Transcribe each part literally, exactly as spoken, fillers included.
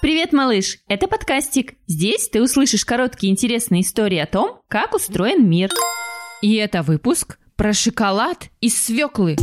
Привет, малыш! Это подкастик. Здесь ты услышишь короткие интересные истории о том, как устроен мир. И это выпуск про шоколад из свеклы.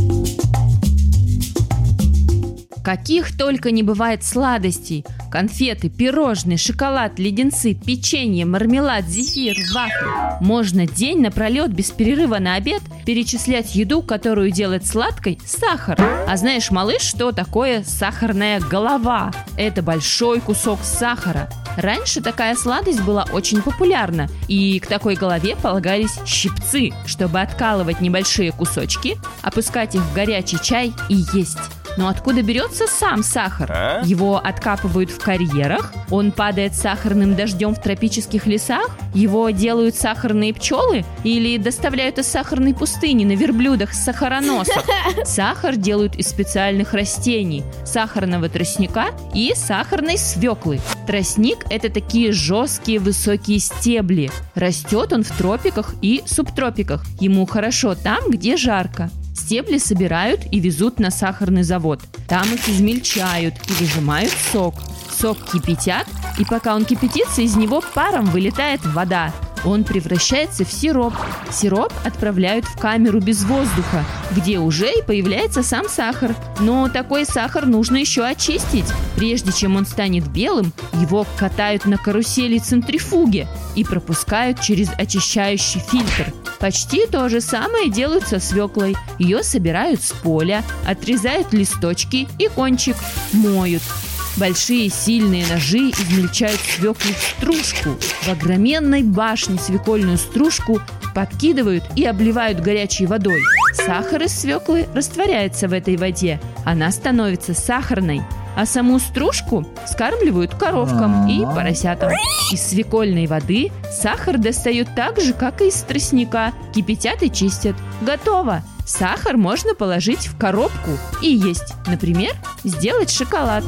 Каких только не бывает сладостей. Конфеты, пирожные, шоколад, леденцы, печенье, мармелад, зефир, вафли. Можно день напролет без перерыва на обед перечислять еду, которую делает сладкой сахар. А знаешь, малыш, что такое сахарная голова? Это большой кусок сахара. Раньше такая сладость была очень популярна, и к такой голове полагались щипцы, чтобы откалывать небольшие кусочки, опускать их в горячий чай и есть. Но откуда берется сам сахар? А? Его откапывают в карьерах, он падает сахарным дождем в тропических лесах, его делают сахарные пчелы или доставляют из сахарной пустыни на верблюдах с сахароносов. Сахар делают из специальных растений, сахарного тростника и сахарной свеклы. Тростник – это такие жесткие высокие стебли. Растет он в тропиках и субтропиках. Ему хорошо там, где жарко. Стебли собирают и везут на сахарный завод. Там их измельчают и выжимают сок. Сок кипятят, и пока он кипятится, из него паром вылетает вода. Он превращается в сироп. Сироп отправляют в камеру без воздуха, где уже и появляется сам сахар. Но такой сахар нужно еще очистить. Прежде чем он станет белым, его катают на карусели центрифуги и пропускают через очищающий фильтр. Почти то же самое делают со свеклой. Ее собирают с поля, отрезают листочки и кончик, моют. Большие сильные ножи измельчают свеклу в стружку. В огроменной башне свекольную стружку подкидывают и обливают горячей водой. Сахар из свеклы растворяется в этой воде. Она становится сахарной. А саму стружку скармливают коровкам и поросятам. Из свекольной воды сахар достают так же, как и из тростника. Кипятят и чистят. Готово! Сахар можно положить в коробку и есть. Например, сделать шоколад.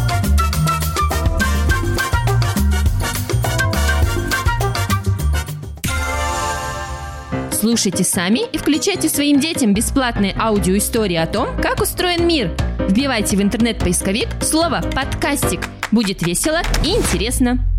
Слушайте сами и включайте своим детям бесплатные аудиоистории о том, как устроен мир. Вбивайте в интернет-поисковик слово «подкастик». Будет весело и интересно.